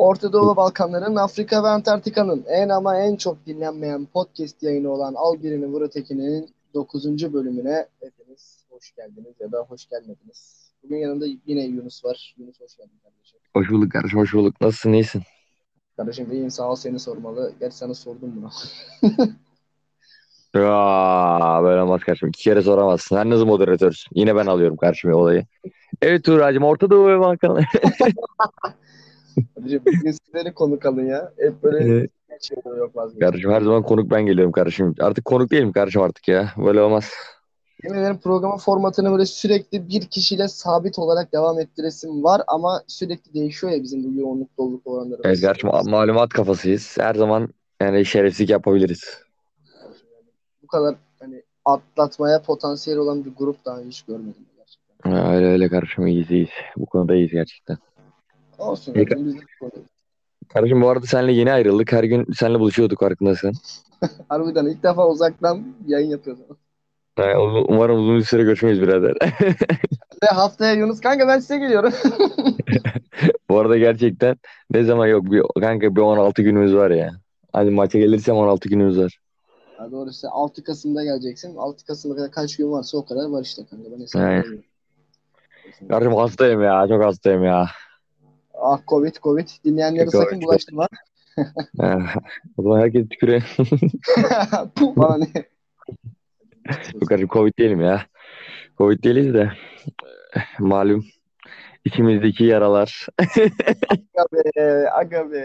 Orta Doğu ve Balkanların, Afrika ve Antarktika'nın en ama en çok dinlenmeyen podcast yayını olan Al Birini Vur Öteki'nin 9. bölümüne hepiniz hoş geldiniz ya da hoş gelmediniz. Bugün yanında yine Yunus var. Yunus hoş geldin kardeşim. Hoş bulduk kardeşim, hoş bulduk. Nasılsın, iyisin? Kardeşim iyiyim sağ ol seni sormalı. Gerçi sana sordum bunu. Böyle olmaz kardeşim. İki kere soramazsın. Sen nasıl moderatörsün? Yine ben alıyorum karşıma olayı. Evet Tuğracığım, Orta Doğu ve Balkan. Kardeşim bugün sizleri konuk alın ya. Hep böyle şeyler yok vazgeçtim. Kardeşim her zaman konuk ben geliyorum kardeşim. Artık konuk değilim kardeşim artık ya. Böyle olmaz. Yemin ederim programın formatını böyle sürekli bir kişiyle sabit olarak devam ettiresim var ama sürekli değişiyor ya bizim bu yoğunluk doluluk Evet oranlarımız. kardeşim, malumat kafasıyız. Her zaman yani şerefsizlik yapabiliriz. Yani bu kadar hani atlatmaya potansiyel olan bir grup daha hiç görmedim gerçekten. Öyle öyle kardeşim, iyiyiz iyiyiz. Bu konuda iyiyiz gerçekten. Olsun İyi, kardeşim biz de böyle. kardeşim bu arada seninle yeni ayrıldık. Her gün seninle buluşuyorduk, farkındasın. Harbiden ilk defa uzaktan yayın yapıyoruz. Umarım uzun bir süre görüşmeyiz birader. Ve haftaya Yunus kanka ben size geliyorum. Bu arada gerçekten ne zaman yok bir kanka, bir 16 günümüz var ya. Hadi maça gelirsem 16 günümüz var. Ya doğru işte 6 Kasım'da geleceksin. 6 Kasım'a kadar kaç gün varsa o kadar var işte kanka. Ben hesabı Yani, öyle yapıyorum. kardeşim hastayım ya, çok hastayım ya. Ah Covid Covid. Dinleyenleri Çok sakın çok. bulaştırma. Ah, o zaman herkes tüküre. Puh bana ne? Yok kardeşim, Covid değilim ya. Covid değiliz de malum içimizdeki yaralar. Aga be, aga be.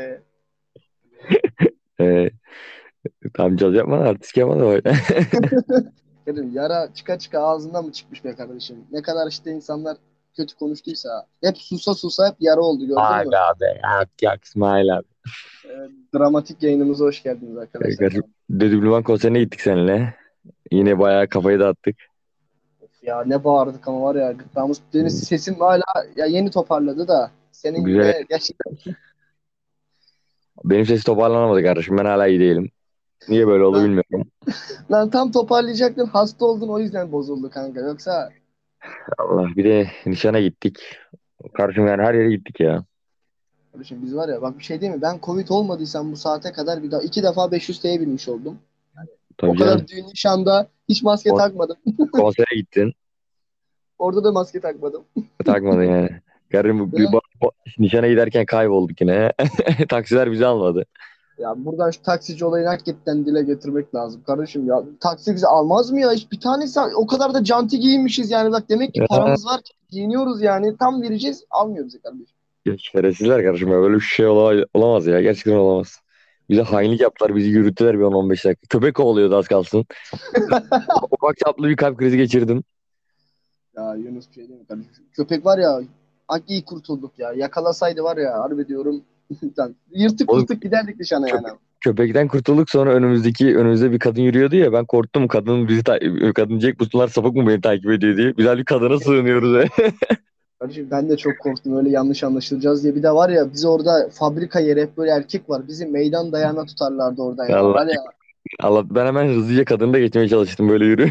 Ee, Tam caz yapma da, artist yapma da böyle. Dedim yara çıka çıka ağzından mı çıkmış be kardeşim? Ne kadar işte insanlar kötü konuştuysa hep susa susa hep yara oldu gördün mü? Abi abi, yak yak İsmail abi. Dramatik yayınımıza hoş geldiniz arkadaşlar. Kardeşim Dedüblüman konserine gittik seninle. Yine bayağı kafayı dağıttık. Of ya ne bağırdık ama var ya gırtlağımız benim sesim hala ya yeni toparladı da senin Güzel. yine gerçekten Benim ses toparlanamadı kardeşim. Ben hala iyi değilim. Niye böyle oldu lan, bilmiyorum. lan tam toparlayacaktın hasta oldun o yüzden bozuldu kanka yoksa Allah, bir de nişana gittik. Kardeşim yani her yere gittik ya. kardeşim biz var ya bak bir şey değil mi ben Covid olmadıysam bu saate kadar bir daha 2 defa 500 TL'ye binmiş oldum. O Tabii canım. kadar düğün nişanda hiç maske Kon- takmadım. Konsere gittin. Orada da maske takmadım. Takmadın yani. Kardeşim nişana giderken kaybolduk yine. Taksiler bizi almadı. Ya buradan şu taksici olayını hakikaten dile getirmek lazım kardeşim ya. Taksi bizi almaz mı ya? Hiç bir tanesi bir kadar da canti giyinmişiz yani. Bak demek ki Ya, paramız var ki giyiniyoruz yani. Tam vereceğiz almıyor bizi kardeşim. ya şerefsizler kardeşim ya. Böyle bir şey olamaz ya. Gerçekten olamaz. Bize hainlik yaptılar. Bizi yürüttüler bir 10-15 dakika. Köpek kovalıyordu az kalsın. Ufak çaplı bir kalp krizi geçirdim. Ya Yunus bir şey değil mi kardeşim? Köpek var ya hangi iyi kurtulduk ya. Yakalasaydı var ya harbi diyorum. Lan, yırtık Oğlum, pırtık giderdik dışarı yani. köpekten kurtulduk, sonra önümüzde bir kadın yürüyordu ya, ben korktum kadın diyecek bunlar sapık mı beni takip ediyor diye. Biz halbuki kadına sığınıyoruz. Kardeşim ben de çok korktum öyle yanlış anlaşılacağız diye. Bir de var ya bizi orada fabrika yeri hep böyle erkek var. Bizi meydan dayana tutarlardı orada ya. Allah Var ya Allah, ben hemen hızlıca kadını da geçmeye çalıştım, böyle yürü.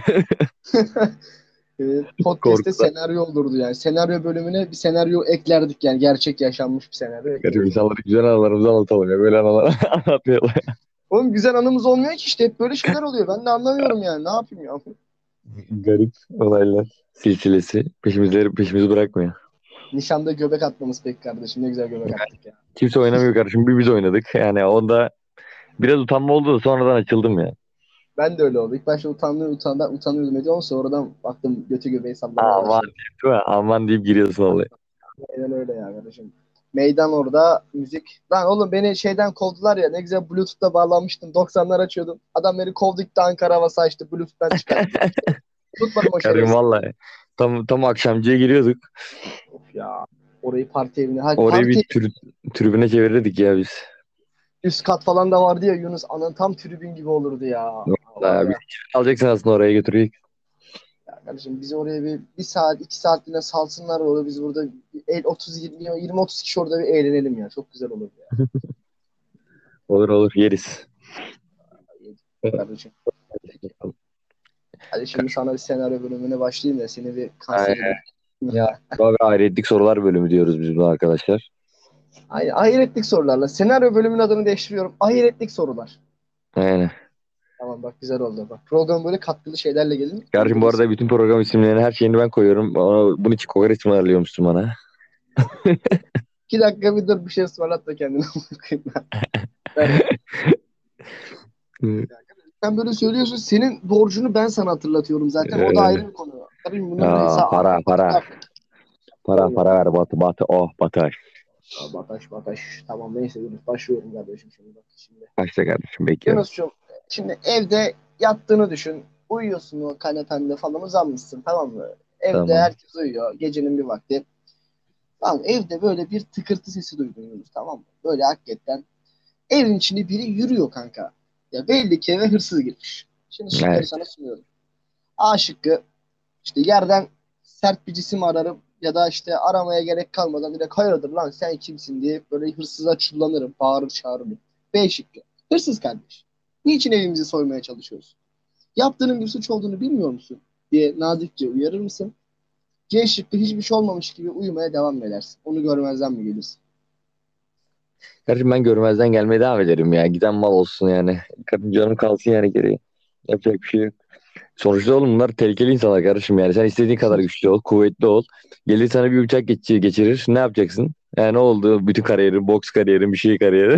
podcast'te Korkudan. senaryo olurdu yani. Senaryo bölümüne bir senaryo eklerdik yani. Gerçek yaşanmış bir senaryo Gerçi eklerdik. insanları güzel anılarımızı anlatalım ya, böyle anılar anlatmayalım. Oğlum güzel anımız olmuyor ki işte. Hep böyle şeyler oluyor. Ben de anlamıyorum yani. Ne yapayım ya? Garip olaylar silsilesi peşimizi bırakmıyor. Nişanda göbek atmamız pek kardeşim. Ne güzel göbek attık ya. Kimse oynamıyor kardeşim, bir biz oynadık yani. Onda biraz utanma oldu da sonradan açıldım ya. Ben de öyle oldu. İlk başta utanıyordum ediyorum. Sonradan baktım götü göbeği sallamaya Aman başladı. deyip, değil mi? Aman deyip giriyorsun olaya. Aynen öyle ya kardeşim. Meydan orada müzik. Lan oğlum beni şeyden kovdular ya ne güzel Bluetooth'ta bağlanmıştım. 90'lar açıyordum. Adam beni kovdu gitti Ankara havası açtı. Bluetooth'tan çıkarttı. Tutmadım o Kardeşim şerefsiz. vallahi tam akşamcıya giriyorduk. Of ya. Orayı parti evine. Ha, Orayı parti bir tribüne çevirirdik ya biz. üst kat falan da vardı ya Yunus. Anan tam tribün gibi olurdu ya. Var Vallahi bir ya. alacaksın aslında, oraya götürecek. Ya kardeşim bizi oraya bir saat 2 saatliğine salsınlar orada biz burada 30 20 30 kişi orada bir eğlenelim ya. Çok güzel olur ya. Olur olur, yeriz. Kardeşim. Peki. Hadi şimdi sana bir senaryo bölümüne başlayayım da seni bir kanser Aynen. edeyim. Ya, ve ayrı ettik sorular bölümü diyoruz biz buna arkadaşlar. Aynen, ahiretlik sorularla. Senaryo bölümünün adını değiştiriyorum. Ahiretlik sorular. Aynen. Tamam bak güzel oldu bak. Program böyle katkılı şeylerle gelin. Kardeşim bu arada bütün program isimlerini her şeyini ben koyuyorum. Bunun için kokoreç ısmarlıyormuşsun bana. 2 dakika bir dur bir şey ısmarlat da kendine. Ben, sen böyle söylüyorsun. Senin borcunu ben sana hatırlatıyorum zaten. O da ayrı Öyle. bir konu. Tabii bunun Aa, hesabı para para. Para olmuyor. para ver Batı Batı. Oh Batı. Bataş bataş. Tamam neyse Yunus başlıyorum kardeşim şimdi bak şimdi. Kaçta kardeşim bekliyorum. Yunus'cum şimdi evde yattığını düşün. Uyuyorsun o kanepende falan uzanmışsın tamam mı? Evde Tamam. herkes uyuyor gecenin bir vakti. Tamam evde böyle bir tıkırtı sesi duydun Yunus tamam mı? Böyle hakikaten evin içinde biri yürüyor kanka. Ya belli ki eve hırsız girmiş. Şimdi şıkları Evet. sana sunuyorum. A şıkkı işte yerden sert bir cisim ararım ya da işte aramaya gerek kalmadan direkt hayırdır lan sen kimsin diye böyle hırsıza çullanırım, bağırır çağırırım. B şıkkı. Hırsız kardeş. Niçin evimizi soymaya çalışıyorsun? Yaptığının bir suç olduğunu bilmiyor musun? Diye nazikçe uyarır mısın? C şıkkı hiçbir şey olmamış gibi uyumaya devam mı edersin? Onu görmezden mi gelirsin? Kardeşim ben görmezden gelmeye devam ederim ya. Giden mal olsun yani. Kadın canım kalsın yani geriye. Yapacak bir şey yok. Sonuçta oğlum bunlar tehlikeli insanlar kardeşim yani. Sen istediğin kadar güçlü ol, kuvvetli ol. Gelir sana bir uçak geçirir. Ne yapacaksın? Yani ne oldu? Bütün kariyerin, boks kariyerin, bir şey kariyeri.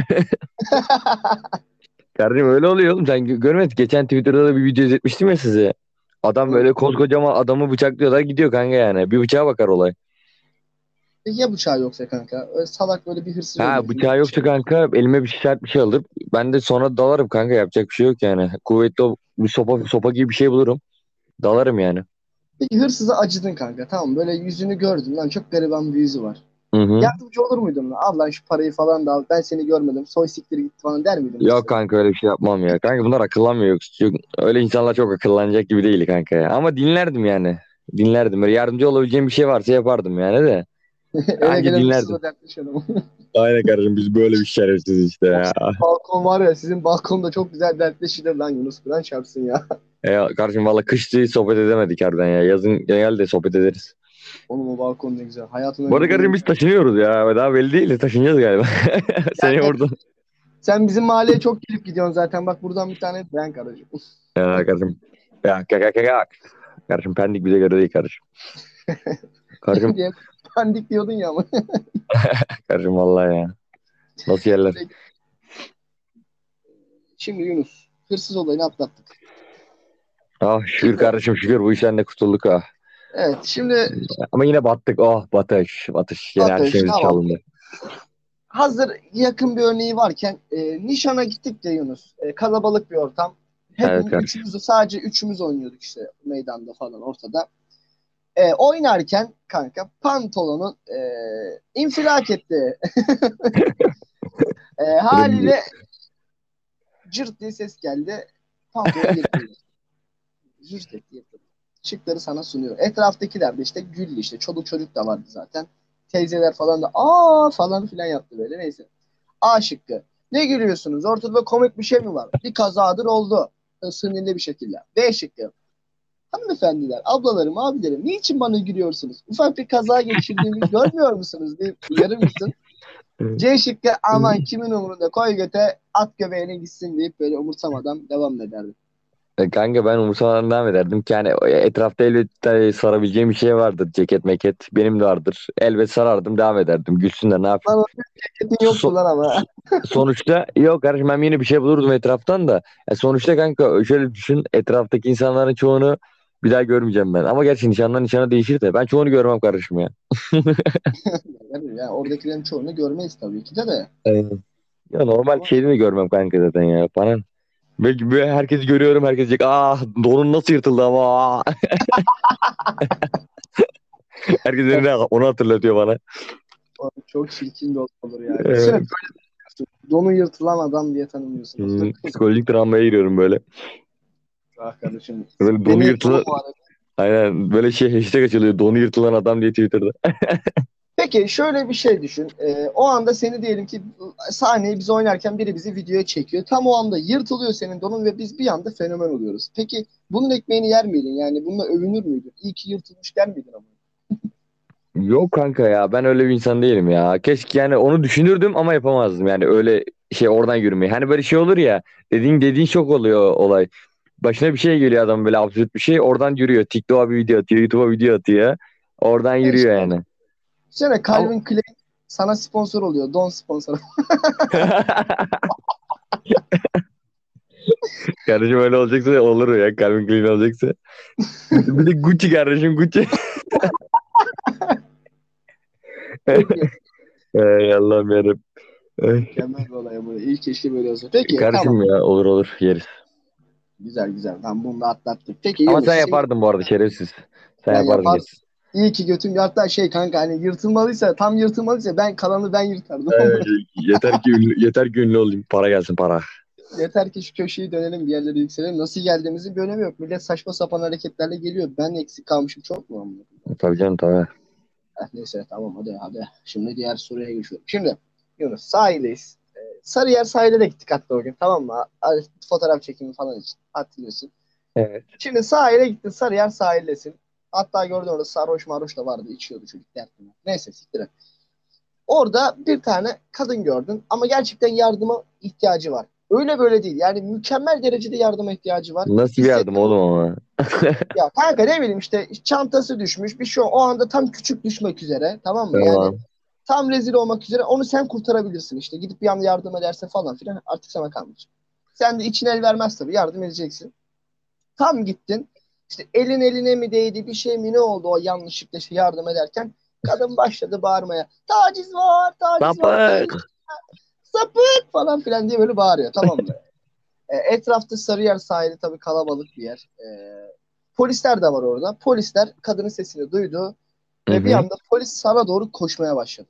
Kardeşim öyle oluyor oğlum. Sen görmedin. Geçen Twitter'da da bir video izletmiştim ya size. Adam Hı. böyle koskocaman adamı bıçaklıyorlar gidiyor kanka yani. Bir bıçağa bakar olay. Peki ya bıçağı yoksa kanka? Öyle salak böyle bir hırsız Ha olur. bıçağı Hiçbir şey yoksa yok. kanka elime bir şey sert bir şey alır. Ben de sonra dalarım kanka yapacak bir şey yok yani. Kuvvetli bir sopa gibi bir şey bulurum. Dalarım yani. Peki hırsıza acıdın kanka. Tamam böyle yüzünü gördün lan çok gariban bir yüzü var. Hı hı. Yardımcı olur muydun lan? Al lan şu parayı falan da al. Ben seni görmedim. Soy siktir gitti falan der miydin Yok hırsıza? kanka öyle bir şey yapmam ya. Kanka bunlar akıllanmıyor. Yok, öyle insanlar çok akıllanacak gibi değil kanka ya. Ama dinlerdim yani. Dinlerdim. Böyle yardımcı olabileceğim bir şey varsa yapardım yani de. Eve Anca gelen dinlerdim. hırsızla dertleşelim. Aynen kardeşim biz böyle bir şerefsiz işte Of ya. sizin balkon var ya sizin balkonda çok güzel dertleşilir lan Yunus. Kur'an çarpsın ya. Kardeşim valla kışçı sohbet edemedik harbiden ya. Yazın genelde sohbet ederiz. Oğlum o balkon ne güzel. Hayatımda Bu arada gördüğüm kardeşim en biz taşınıyoruz ya. Daha belli değil de taşınacağız galiba. Seneye yani buradan. sen bizim mahalleye çok gelip gidiyorsun zaten. Bak buradan bir tane ben kardeşim. Ya kardeşim. Ya kak. Kardeşim Pendik bize göre değil kardeşim. Kardeşim. diye pandik diyordun ya ama. Kardeşim vallahi ya. Nasıl yerler? Peki, şimdi Yunus hırsız olayını atlattık. Ah şükür Şimdi kardeşim şükür bu işten de kurtulduk ha. evet şimdi Ama yine battık. Oh batış. Batış. Yine her Ateş şeyimiz tamam. çalındı. Hazır yakın bir örneği varken nişana gittik de Yunus. Kalabalık bir ortam. Evet kardeşim. Sadece üçümüz oynuyorduk işte meydanda falan ortada. Oynarken kanka pantolonun infilak etti. Haliyle cırt diye ses geldi. Pantolon yırtıldı. Cırt etti yırtıldı. Şıkları sana sunuyor. Etraftakiler de işte güldü işte. Çoluk çocuk da vardı zaten. Teyzeler falan da aa falan filan yaptı böyle neyse. A şıkkı. Ne gülüyorsunuz? Ortada komik bir şey mi var? Bir kazadır oldu. Sinirli bir şekilde. B şıkkı. Hanımefendiler, ablalarım, abilerim niçin bana gülüyorsunuz? Ufak bir kaza geçirdiğimi görmüyor musunuz diye uyarır mısın? C şıkkı aman kimin umurunda koy göte at göbeğine gitsin deyip böyle umursamadan devam ederdi. Kanka ben umursamadan devam ederdim ki yani etrafta elbette sarabileceğim bir şey vardır. Ceket meket benim de vardır. Elbet sarardım devam ederdim. Gülsünler ne Lan yapayım. o ceketin So- yoktu lan ama. sonuçta yok kardeşim ben yine bir şey bulurdum etraftan da. Sonuçta kanka şöyle düşün etraftaki insanların çoğunu bir daha görmeyeceğim ben. Ama gerçi nişandan nişana değişir de ben çoğunu görmem kardeşim ya. Yani oradakilerin çoğunu görmeyiz tabii ki de. Aynen. Ya normal Ama şeyini de görmem kanka zaten ya. Bana belki böyle herkesi görüyorum herkes diyecek ah donun nasıl yırtıldı ama ah." Herkes onu hatırlatıyor bana. çok çirkin bir olur ya. Düşünsene Evet. böyle donu yırtılan adam diye tanımlıyorsunuz. Psikolojik travmaya giriyorum böyle. Ah kardeşim. Böyle donu Deneyim oğlum yırtılan bu arada. aynen böyle şey hashtag açılıyor. Donu yırtılan adam diye Twitter'da. Peki şöyle bir şey düşün. O anda seni diyelim ki sahneyi biz oynarken biri bizi videoya çekiyor. Tam o anda yırtılıyor senin donun ve biz bir anda fenomen oluyoruz. Peki bunun ekmeğini yer miydin? Yani bununla övünür müydün? İyi ki yırtılmış der miydin ama? Yok kanka ya, ben öyle bir insan değilim ya. Keşke yani onu düşünürdüm ama yapamazdım yani, öyle şey oradan yürümeyi. Hani böyle şey olur ya, dediğin çok oluyor olay. Başına bir şey geliyor, adam böyle absürt bir şey, oradan yürüyor. TikTok'a bir video atıyor, YouTube'a video atıyor. Oradan yürüyor İşte, yani. işte Ama Calvin Klein sana sponsor oluyor. Don sponsor. kardeşim öyle olacaksa olur ya, Calvin Klein olacaksa. Bir de Gucci kardeşim, Gucci. Peki. Ey Allah'ım yarabbim. Ay. Mükemmel bir olay bu. İyi keşke böyle olsa. Peki tamam. Kardeşim ya, olur olur yeriz. Güzel güzel. Tamam bunu da atlattık. Peki Ama sen Yunus şimdi yapardın bu arada, şerefsiz. Sen ben yapardın yapar. kesin. İyi ki götüm hatta şey kanka hani yırtılmalıysa tam yırtılmalıysa ben kalanı ben yırtardım. Yeter ki ünlü olayım. Para gelsin, para. Yeter ki şu köşeyi dönelim bir yerlere yükselelim. Nasıl geldiğimizin bir önemi yok. Millet saçma sapan hareketlerle geliyor. Ben eksik kalmışım çok mu? Tabii canım, tabii. Neyse tamam hadi. Şimdi diğer soruya geçiyorum. Şimdi Yunus sahildeyiz. Sarıyer sahile de gittik hatta o gün tamam mı? Fotoğraf çekimi falan için hatırlıyorsun. Evet. Şimdi sahile gittin Sarıyer sahildesin. Hatta gördün orada sarhoş marhoş da vardı içiyordu çocuk dertine. Neyse siktir et. Orada bir tane kadın gördün ama gerçekten yardıma ihtiyacı var. Öyle böyle değil. Yani mükemmel derecede yardıma ihtiyacı var. Nasıl bir yardım Hissettin. oğlum ama? Ya kanka ne bileyim işte çantası düşmüş bir şey o anda tam küçük düşmek üzere tamam mı? Yani Tamam. tam rezil olmak üzere onu sen kurtarabilirsin işte. Gidip bir anda yardım ederse falan filan artık sana kalmış. Sen de için el vermez tabii yardım edeceksin. Tam gittin. İşte elin eline mi değdi bir şey mi ne oldu o yanlışlıkla şey yardım ederken kadın başladı bağırmaya. Taciz var, taciz var, Sapık. polis, sapık falan filan diye böyle bağırıyor tamam mı? Etrafta Sarıyer sahili tabii kalabalık bir yer. Polisler de var orada. Polisler kadının sesini duydu Hı ve bir hı. anda polis sana doğru koşmaya başladı.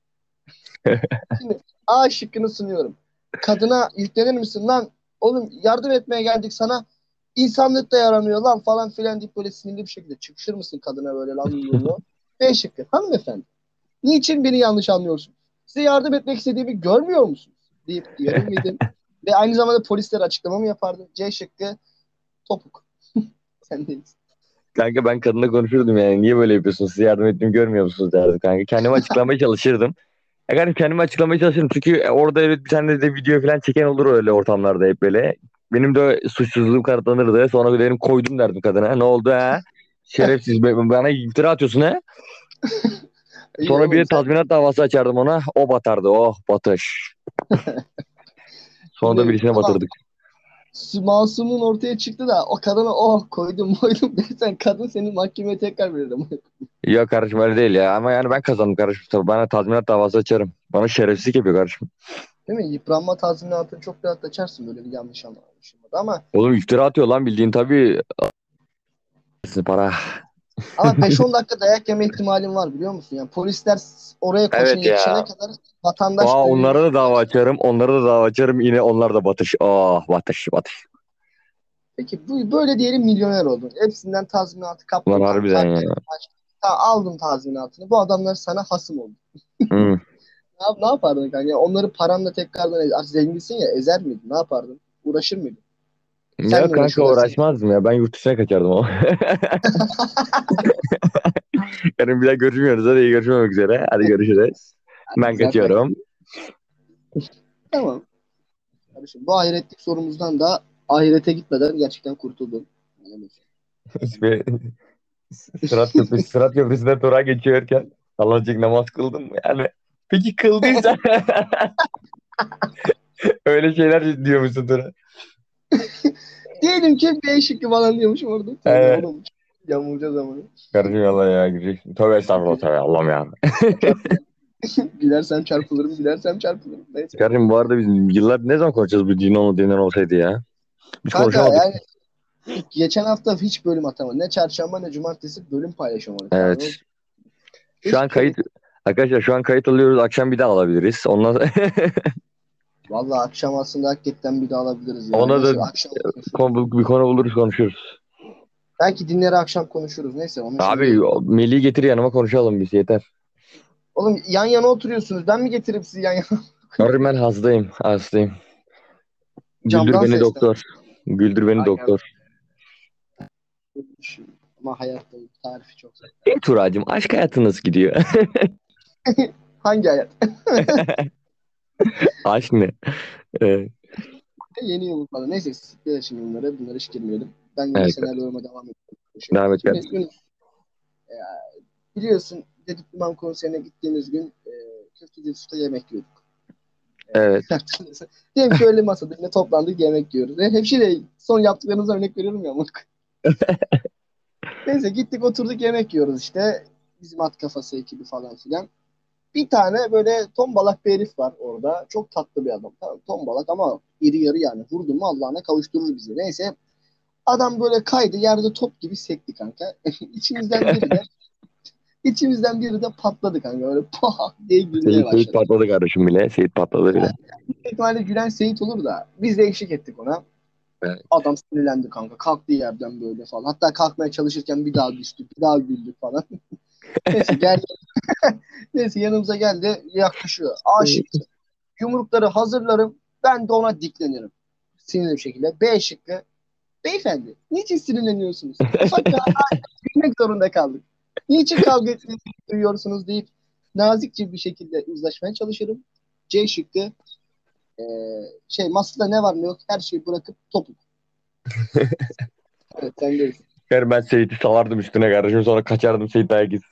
Şimdi A şıkkını sunuyorum. Kadına yüklenir misin lan? Oğlum yardım etmeye geldik sana. İnsanlık da yaramıyor lan falan filan deyip böyle sinirli bir şekilde çıkışır mısın kadına böyle lan yumruğunu? B şıkkı. Hanımefendi. Niçin beni yanlış anlıyorsun? Size yardım etmek istediğimi görmüyor musunuz? Deyip giderir miydin? Ve aynı zamanda polislere açıklama mı yapardın? C şıkkı topuk. Sendeyiz. Kanka ben kadınla konuşurdum yani. Niye böyle yapıyorsunuz? Size yardım ettiğimi görmüyor musunuz derdim kanka. Kendimi açıklamaya çalışırdım. Yani kendimi açıklamaya çalışırım. Çünkü orada evet bir tane de video falan çeken olur öyle ortamlarda hep böyle. Benim de suçsuzluğum kanıtlanırdı. Sonra derim koydum derdim kadına. Ne oldu ha? Şerefsiz, bana iftira atıyorsun ha? İyi Sonra bir oğlum de sen tazminat davası açardım ona. O batardı. Oh batış. Sonra da şimdi birisine tamam batırdık. masumun ortaya çıktı da o kadına oh koydum dersen kadın seni mahkemeye tekrar verir ama. Yok kardeşim, öyle değil ya. Ama yani ben kazandım kardeşim. Tabii bana tazminat davası açarım. Bana şerefsizlik yapıyor kardeşim. Değil mi? Yıpranma tazminatını çok rahat açarsın böyle bir yanlış anlaşılmada Oğlum iftira atıyor lan, bildiğin tabii. Para. ama 5-10 dakika dayak yeme ihtimalin var biliyor musun? Yani polisler oraya koşun Evet yetişene ya. kadar vatandaş Aa, ölüyor. onlara da dava açarım. Onlara da dava açarım. Yine onlar da batış. Oh batış batış. Peki bu böyle diyelim milyoner oldun. Hepsinden tazminatı Ulan kaptın tamam. harbiden Tazminatı ya. açtın. Tamam, aldın tazminatını. Bu adamlar sana hasım oldu. Hı. Ne yapardın kanka? Yani onları paranla tekrardan artık zenginsin ya ezer miydin? Ne yapardın? Uğraşır mıydın? Sen Ya mi kanka uğraşırlar seni? uğraşmazdım ya. Ben yurt dışına kaçardım ama. Yarın bir daha görüşmüyoruz. Hadi görüşmemek üzere. Hadi görüşürüz. Ben Zaten kaçıyorum. tamam. Kardeşim, bu ahiretlik sorumuzdan da ahirete gitmeden gerçekten kurtuldun. Yani Sırat Köprüsü'nde tura geçiyorken Allah'cık namaz kıldım mı? Yani peki kıldıysa öyle şeyler diyormuşsun tura. diyelim ki B şıkkı falan diyormuşum orada. Tövbe Evet. oğlum. Yamulacağız ama. Kardeşim Allah ya, gireceksin. Tövbe estağfurullah, tövbe Allah'ım ya. Çarpılırım. Gülersem çarpılırım, gülersem çarpılırım. Neyse. Kardeşim bu arada biz yıllar ne zaman konuşacağız, bu dinler olsaydı ya? Biz Kanka konuşamadık. yani geçen hafta hiç bölüm atamadım. Ne çarşamba ne cumartesi bölüm paylaşamadık. Daha ne Evet. oldu? Şu an kayıt Arkadaşlar, şu an kayıt alıyoruz. Akşam bir daha alabiliriz. Ondan Vallahi akşam aslında hakikaten bir daha alabiliriz ya. ona da Neyse akşam konuşuruz. bir konu buluruz, konuşuruz. Belki dinleri akşam konuşuruz. Neyse onu Abi şimdi. Melih'i getir yanıma, konuşalım biz, yeter. Oğlum yan yana oturuyorsunuz. Ben mi getireyim sizi yan yana? Harbi ben hastayım. Güldür Camdan beni seslen. doktor. Güldür beni Ay doktor. kardeşim. Ama hayatta tarifi çok zor. Turacığım, aşk hayatı nasıl gidiyor? Hangi hayat? Aşk ne? Evet, Yeni yıl falan. Neyse siktir şimdi bunları. Bunlara hiç girmeyelim. Ben yine evet. senaryolarıma devam ediyorum. Devam et Şimdi kardeşim. Yunus, e, biliyorsun Dedik Duman konserine gittiğimiz gün Köfteci Usta yemek yiyorduk. Evet. Hatırlıyorsan. Diyelim ki öyle masada yine toplandık yemek yiyoruz. Hemşire son yaptıklarınıza örnek veriyorum ya. Neyse gittik oturduk yemek yiyoruz işte. Bizim at kafası ekibi falan filan. Bir tane böyle tombalak bir herif var orada. Çok tatlı bir adam. Tamam, tombalak ama iri yarı yani. Vurdu mu Allah'ına kavuşturur bizi. Neyse adam böyle kaydı yerde top gibi sekti kanka. İçimizden biri de içimizden biri de patladı kanka. Böyle pah diye gülmeye Seyit başladı. patladı kardeşim bile. Seyit patladı bile. Büyük ihtimalle gülen Seyit olur da biz de eşlik ettik ona. Evet. Adam sinirlendi kanka. Kalktı yerden böyle falan. Hatta kalkmaya çalışırken bir daha düştü. Bir daha güldük falan. Neyse geldi. Neyse yanımıza geldi. Yaklaşıyor. Aşıktı. Yumrukları hazırlarım. Ben de ona diklenirim. Sinirli bir şekilde. B şıkkı. Beyefendi, niçin sinirleniyorsunuz? Ufak bir hata gülmek zorunda kaldık. Niçin kavga ettiğinizi duyuyorsunuz deyip nazikçe bir şekilde uzlaşmaya çalışırım. C şıkkı. e, masada ne var ne yok her şeyi bırakıp topuk. Evet sendeyiz. Yani ben Seyit'i salardım üstüne kardeşim, sonra kaçardım, Seyit dayak yesin.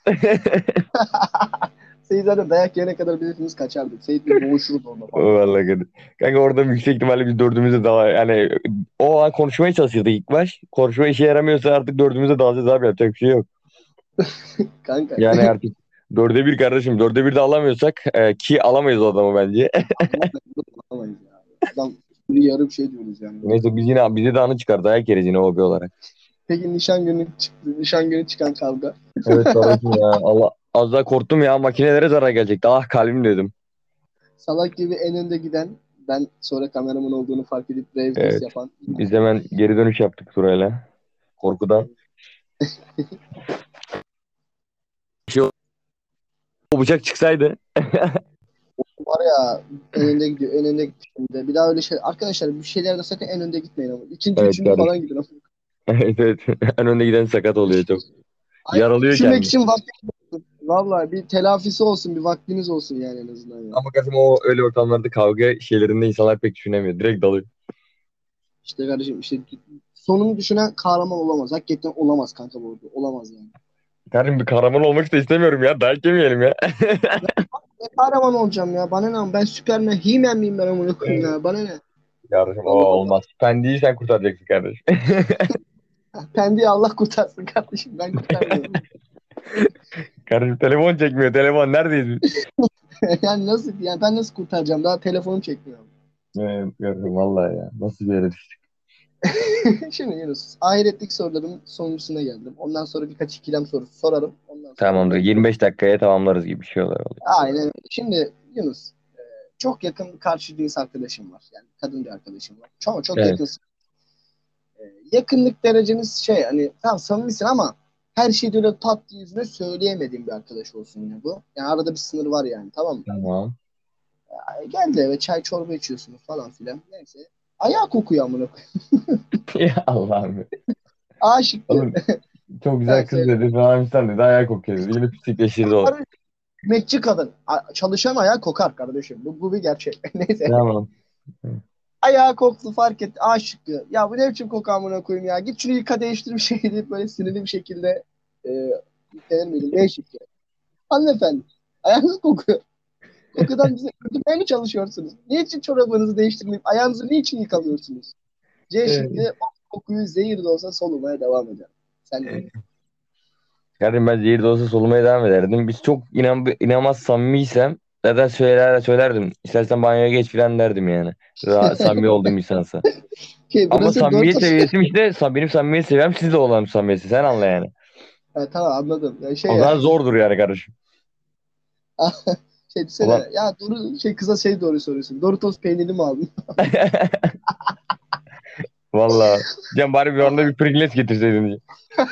Seyit zaten dayak yene kadar biz hepimiz kaçardık. Seyit bir boğuşurdu orada falan. Vallahi kanka. Kanka orada yüksek ihtimalle biz dördümüz de daha yani o an konuşmaya çalışırdık ilk baş. Konuşma işe yaramıyorsa artık dördümüz de dalacağız abi, yapacak bir şey yok. Kanka Yani artık dörde bir kardeşim, dörde bir de alamıyorsak ki alamayız o adamı bence. anlamayız ya. Adam bir yarım şey diyoruz yani. Neyse biz yine bizi de anı çıkar, dayak yeriz yine hobi olarak. Peki nişan günü çıktı. Nişan günü çıkan kavga. Evet kardeşim ya, Allah az daha korktum ya, makinelere zarar gelecekti. Ah kalbim dedim. Salak gibi en önde giden ben sonra kameraman olduğunu fark edip reverse Evet. yapan. Biz hemen geri dönüş yaptık Turay'la. Korkudan. Şey, o bıçak çıksaydı. Var ya en önde gidiyor en önde gidiyor şimdi. Bir daha öyle şey. Arkadaşlar bir şeylerde sakın en önde gitmeyin ama. İkinci, Evet üçüncü kardeşim. falan gidin ama. Evet, evet. En önde giden sakat oluyor çok. Aynen. Yaralıyor Üşümek kendini. için vaktiniz olsun. Vallahi bir telafisi olsun bir vaktiniz olsun yani en azından ya. Ama kardeşim o öyle ortamlarda kavga şeylerinde insanlar pek düşünemiyor. Direkt dalıyor. İşte kardeşim işte sonunu düşünen kahraman olamaz. Hakikaten olamaz kanka bu arada. Olamaz yani. Kardeşim bir kahraman olmak da istemiyorum ya. Dayak yemeyelim ya. Ne kahraman olacağım ya? Bana ne? Ben Süperman, He-Man miyim ben amına koyayım ya? Bana ne? Kardeşim o Allah Allah. olmaz. Pendiyi sen kurtaracaksın kardeşim. Pendiyi Allah kurtarsın kardeşim. Ben kurtarmıyorum. Kardeşim telefon çekmiyor. Telefon neredeyiz biz? Yani nasıl yani ben nasıl kurtaracağım? Daha telefonum çekmiyor. Evet, kardeşim vallahi ya. Nasıl bir yere düştük? Şimdi Yunus, ahiretlik soruların sonuncusuna geldim. Ondan sonra birkaç ikilem sorusu sorarım. Ondan sonra Tamamdır. da 25 dakikaya tamamlarız gibi bir şey oluyor. aynen öyle. Şimdi Yunus, çok yakın bir karşı cins arkadaşım var. Yani kadın bir arkadaşım var. Çok çok Evet. yakın. Yakınlık dereceniz hani tamam samimisin ama her şeyi de öyle pat diye yüzüne söyleyemediğim bir arkadaş olsun yine bu. Yani arada bir sınır var yani tamam mı? Tamam. Geldi eve çay çorba içiyorsunuz falan filan. Neyse. Ayağı kokuyor amına koyayım. Ya Allah'ım. Aşıktı. Oğlum çok güzel Ha, kız söyle. dedi falan filan dedi. Ayak kokuyor dedi. Yine pislikleştirdi o. Hizmetçi kadın. Çalışan ayağı kokar kardeşim. Bu bir gerçek. Neyse. Tamam. Ayağı koktu fark etti. Aşıktı. Ya bu ne biçim koku amına koyayım ya. Git şunu yıka değiştir bir şey deyip böyle sinirli bir şekilde yıkanır mıydım? B şıkkı. Hanımefendi. Ayağınız kokuyor. Kokudan bizi öldürmeye mi çalışıyorsunuz? Niçin çorabınızı değiştirmeyip ayağınızı niçin yıkamıyorsunuz? C şıkkı o kokuyu zehir de olsa solumaya devam eder. Sen de. Kardeşim ben zehir de olsa solumaya devam ederdim. Biz çok inanılmaz samimiysem zaten söylerdim. İstersen banyoya geç falan derdim yani. Samimi olduğum insansa. Ama Burası samimiyet Dortos. seviyesim işte benim samimiyet seviyem sizde olan samimiyeti. Sen anla yani. Ha, tamam anladım. Ya O ya. zaman zordur yani kardeşim. O Desene zaman ya kıza doğru soruyorsun. Doritos peynirli mi aldın? valla. Can bari bir anda bir Pringles getirseydin diye.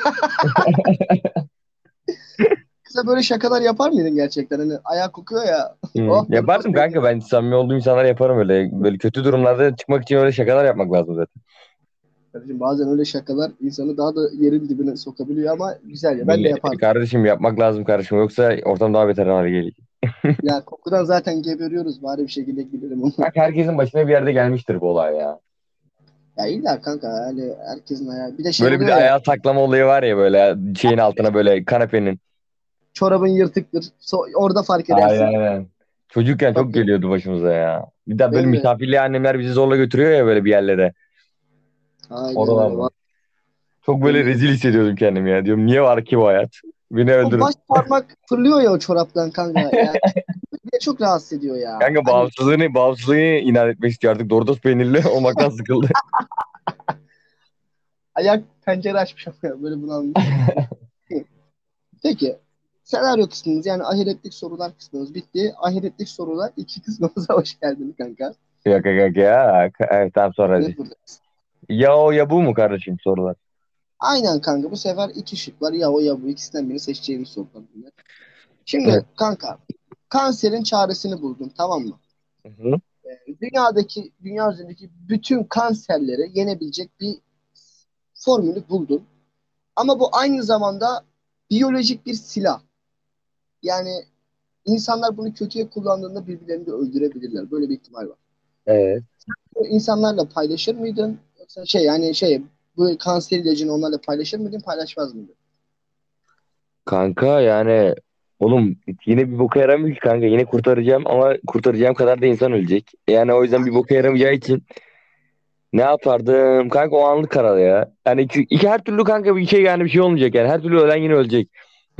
Kıza böyle şakalar yapar mıydın gerçekten? Hani ayağı kokuyor ya. Hmm. Oh Doritos Yapardım kanka, peynirli. ben samimi olduğum insanlar yaparım öyle. Böyle kötü durumlarda çıkmak için öyle şakalar yapmak lazım zaten. Kardeşim bazen öyle şakalar insanı daha da yerin dibine sokabiliyor ama güzel ya. Ben de yapardım. Kardeşim yapmak lazım kardeşim. Yoksa ortam daha beter hale gelecek. Ya kokudan zaten geberiyoruz. Bari bir şekilde gidelim onu. Bak herkesin başına bir yerde gelmiştir bu olay ya. Ya illa kanka yani herkesin ayağı. Bir de şey Böyle bir oluyor de ya. ayağı saklama olayı var ya böyle şeyin altına böyle kanepenin. Çorabın yırtıktır. Orada fark Aynen edersin. aynen. Çocukken çok Tabii geliyordu başımıza ya. Bir daha böyle benim de. misafirliğe annemler bizi zorla götürüyor ya böyle bir yerlere. Aynen öyle. Oralarda. Çok böyle Benim de. rezil hissediyordum kendimi ya. Diyorum niye var ki bu hayat? Beni O öldürün. baş parmak fırlıyor ya o çoraptan kanka. Yani bir de çok rahatsız ediyor ya. Kanka Hani bağımsızlığını ilan etmek istiyor artık. Doritos peynirli olmaktan sıkıldı. ayak pencere açmış ama böyle bunalmış. Peki. Senaryo kısmımız yani ahiretlik sorular kısmımız bitti. Ahiretlik sorular iki kısmımıza hoş geldin kanka. Yok yok yok ya. Evet, tamam sonra Yine hadi. buradayız. Ya o ya bu mu kardeşim sorular? Aynen kanka bu sefer iki şık var. Ya o ya bu ikisinden birini seçeceğimiz sorular bunlar. Evet. Şimdi kanka kanserin çaresini buldun tamam mı? Hı-hı. Dünya üzerindeki bütün kanserleri yenebilecek bir formülü buldun. Ama bu aynı zamanda biyolojik bir silah. Yani insanlar bunu kötüye kullandığında birbirlerini de öldürebilirler. Böyle bir ihtimal var. Evet. Bu insanlarla paylaşır mıydın? Yoksa bu kanser ilacını onlarla paylaşır mıydın, paylaşmaz mıydın? Kanka yani oğlum yine bir boka yaramıyor ki kanka. Yine kurtaracağım ama kurtaracağım kadar da insan ölecek. Yani o yüzden bir boka yaramayacağı için ne yapardım? Kanka o anlık karar ya. Yani iki her türlü kanka bir şey yani bir şey olmayacak yani. Her türlü ölen yine ölecek.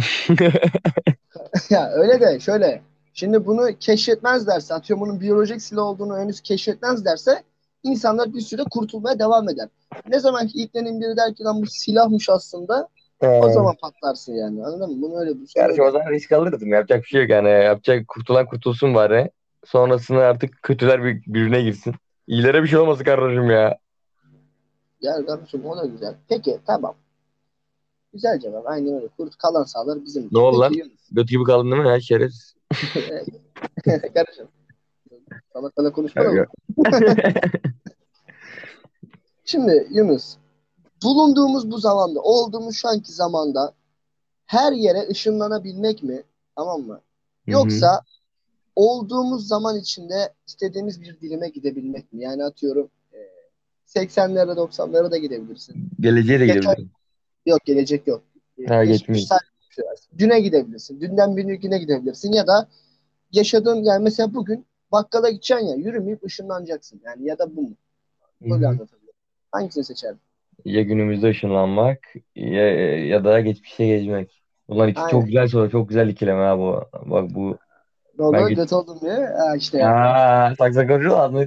Ya öyle de şöyle. Şimdi bunu keşfetmezlerse, atıyorum bunun biyolojik silah olduğunu henüz keşfetmezlerse insanlar bir süre kurtulmaya devam eder. Ne zaman ki ilklerin biri der ki lan bu silahmış aslında o He. zaman patlarsın yani. Anladın mı? Bunu öyle, bu son Gerçi o öyle. zaman risk alırdım. Yapacak bir şey yok yani. Yapacak kurtulan kurtulsun bari. Sonrasında artık kötüler birbirine girsin. İyilere bir şey olmasın kardeşim ya. Yani kardeşim o da güzel. Peki tamam. Güzel cevap. Aynen öyle. Kalan sağlar Ne bizimdir. oldu Peki lan? Yunus. Göt gibi kaldın değil mi ya şerefsiz? Kardeşim. Sana konuşma da Kanka. bu. Şimdi Yunus. Bulunduğumuz bu zamanda, olduğumuz şu anki zamanda her yere ışınlanabilmek mi? Tamam mı? Hı hı. Yoksa olduğumuz zaman içinde istediğimiz bir dilime gidebilmek mi? Yani atıyorum 80'lere 90'lara da gidebilirsin. Geleceğe de Geçen, gidebilirim. yok gelecek yok. Ha Geçmiş geçmiş. sadece düne gidebilirsin. Dünden bir güne gidebilirsin ya da yaşadığın yani mesela bugün bakkala gideceksin ya yürümeyip ışınlanacaksın. Yani ya da bu mu? Hı Böyle hı. anlatabilirim. Hangisini seçerdin? Ya günümüzde ışınlanmak ya da geçmişe geçmek. Bunlar iki çok Aynen. güzel soru. Çok güzel ikileme ha bu. Bak bu. Ne Ben oldu? geç... Göt oldum diye. Ha, işte yaptım. Aa, saksakocu lazım.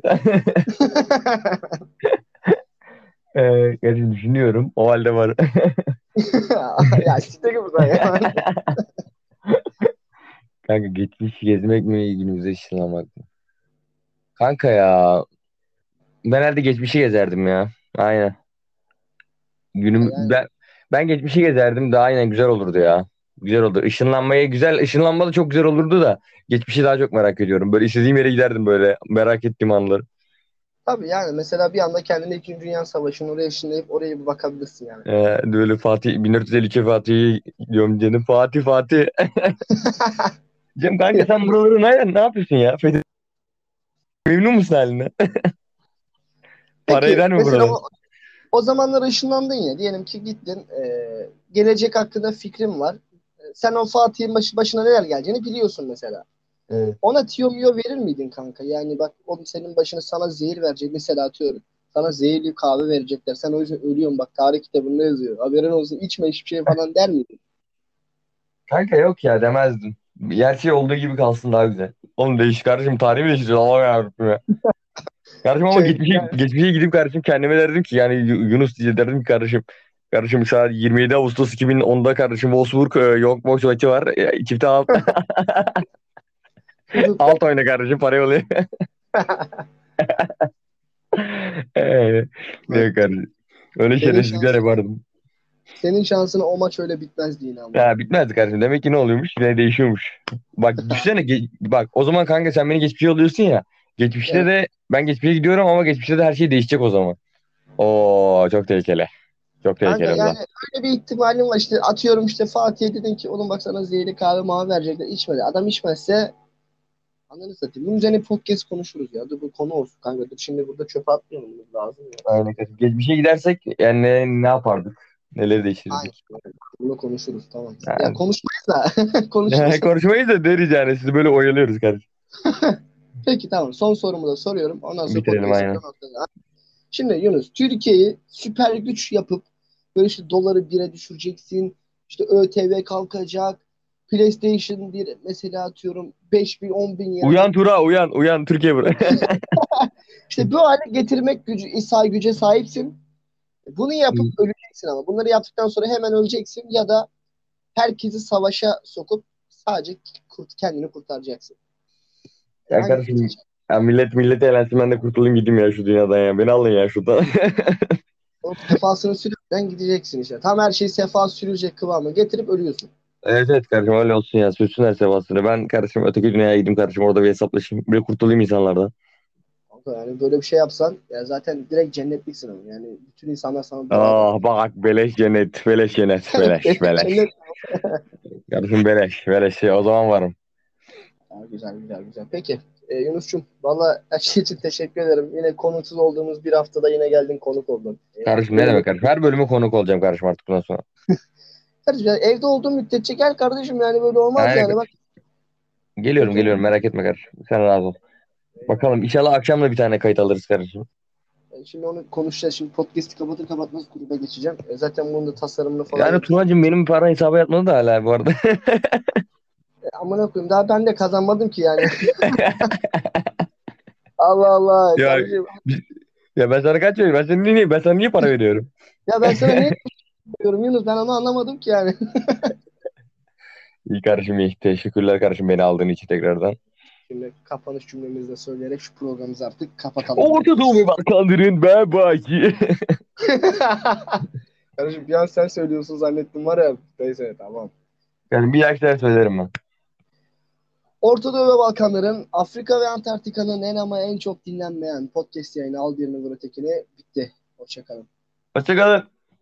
Gerçi düşünüyorum. O halde var. Ya siktir gibi buradan ya. Kanka geçmiş gezmek mi günümüze ışınlanmak mı? Kanka ya ben herhalde geçmişi gezerdim ya. Aynen. Yani Ben geçmişi gezerdim daha aynen güzel olurdu ya. Güzel oldu. Işınlanma da çok güzel olurdu da geçmişi daha çok merak ediyorum. Böyle istediğim yere giderdim böyle merak ettiğim anları. tabii yani mesela bir anda kendini İkinci Dünya Savaşı'nın oraya ışınlayıp oraya bir bakabilirsin yani. Böyle Fatih 1452 Fatih'i diyorum canım. Fatih Fatih. Cem kanka sen buraları ne yapıyorsun ya? Memnun musun haline? Para Peki eder mi mesela buralar? o zamanlar ışınlandın ya diyelim ki gittin gelecek hakkında fikrin var. Sen o Fatih'in başına neler geleceğini biliyorsun mesela. Evet. Ona tiyo miyo verir miydin kanka? Yani bak oğlum senin başına sana zehir verecek mesela atıyorum. Sana zehirli kahve verecekler. Sen o yüzden ölüyorsun bak tarih kitabında yazıyor. Haberin olsun içme hiçbir şey falan der miydin? Kanka yok ya demezdim. Her şey olduğu gibi kalsın daha güzel. Oğlum değiş kardeşim tarihi mi değiştiriyor? Allah yarabbim ya. Kardeşim ama Şey, geçmişe gidip kardeşim kendime derdim ki yani Yunus diye derdim ki kardeşim şu an 27 Ağustos 2010'da kardeşim Wolfsburg Young Boys maçı var. Çifte alt, hudutta. alt oyna kardeşim parayı oluyor. Ee, ne kardeşim. Öyle Senin şerefsizlikler şansın yapardım. senin şansına o maç öyle bitmezdi yine ama. Ya bitmezdi kardeşim. Demek ki ne oluyormuş? Yine değişiyormuş. Bak düşünsene bak o zaman kanka sen beni geçmişe yolluyorsun ya. Geçmişte Evet. de ben geçmişe gidiyorum ama geçmişte de her şey değişecek o zaman. Oo çok tehlikeli. Çok Kanka tehlikeli o zaman. yani öyle bir ihtimalim var işte atıyorum işte Fatih'e dedin ki oğlum bak sana zehirli kahve mavi verecekler içmedi. Adam içmezse ananı satayım. Bunun üzerine podcast konuşuruz ya. Dur bu konu olsun kanka. Dur şimdi burada çöpe atmayalım. Bunu lazım ya. Aynen. Geçmişe gidersek yani ne yapardık? Neleri Aynen. değiştirirdik? Bunu konuşuruz tamam. Ya Yani, konuşmayız da konuşuruz. konuşmayız da deriz yani. Sizi böyle oyalıyoruz kardeşim. Peki tamam. Son sorumu da soruyorum. Ondan sonra Bitirelim podcast'ı aynen. kapatalım. Şimdi Yunus, Türkiye'yi süper güç yapıp böyle işte doları bire düşüreceksin. İşte ÖTV kalkacak. PlayStation bir mesela atıyorum 5 bin 10 bin Uyan liralık. Tura uyan. Uyan Türkiye bırak. İşte bu hale getirmek güce sahipsin. Bunu yapıp öleceksin ama. Bunları yaptıktan sonra hemen öleceksin ya da herkesi savaşa sokup sadece kendini kurtaracaksın. Ya Hangisini kardeşim seçeceksin? ya millet eğlensin ben de kurtulayım gideyim ya şu dünyadan ya. Beni alın ya şuradan. O sefasını sürüp gideceksin işte. Tam her şey sefa sürülecek kıvama getirip ölüyorsun. Evet kardeşim öyle olsun ya. Sürsünler sevasını. Ben kardeşim öteki dünyaya gideyim kardeşim. Orada bir hesaplaşayım. Bir kurtulayım insanlardan. Kanka yani böyle bir şey yapsan ya zaten direkt cennetliksin ama. Yani bütün insanlar sana dua eder. Ah bak beleş cennet. Beleş cennet. Beleş beleş. Cennet. Kardeşim beleş. Beleş şey, o zaman varım. Ha, güzel güzel güzel. Peki Yunus'cum valla her şey için teşekkür ederim. Yine konuksuz olduğumuz bir haftada yine geldin konuk oldun. Kardeşim ne Benim demek kardeşim? Her bölüme konuk olacağım kardeşim artık bundan sonra. kardeşim yani evde olduğum müddetçe gel kardeşim yani böyle olmaz Aynen. yani bak. Geliyorum merak etme kardeşim. Sen razı ol. Bakalım inşallah akşam da bir tane kayıt alırız kardeşim. Şimdi onu konuşacağız. Şimdi podcast'i kapatır kapatmaz gruba geçeceğim. Zaten bunun da tasarımını falan Yani yapacağım. Tunacığım benim para hesabı yatmadı da hala bu arada. Amına koyayım daha ben de kazanmadım ki yani. Allah Allah Ya, kardeşim. ya ben sana kaç veriyorum? Ben sana niye para veriyorum? Ya ben sana niye diyorum Yunus ben onu anlamadım ki yani. İyi kardeşim iyi. Teşekkürler kardeşim beni aldığın için tekrardan. Şimdi kapanış cümlemizi de söyleyerek şu programımızı artık kapatalım. Orta Doğu ve Balkanların babacı. Kardeşim bir an sen söylüyorsun zannettim var ya. Neyse tamam. Yani bir dahaki sefer söylerim ben. Orta Doğu ve Balkanların Afrika ve Antarktika'nın en ama en çok dinlenmeyen podcast yayını Al Birini Vur Ötekini bitti. Hoşçakalın. Hoşçakalın.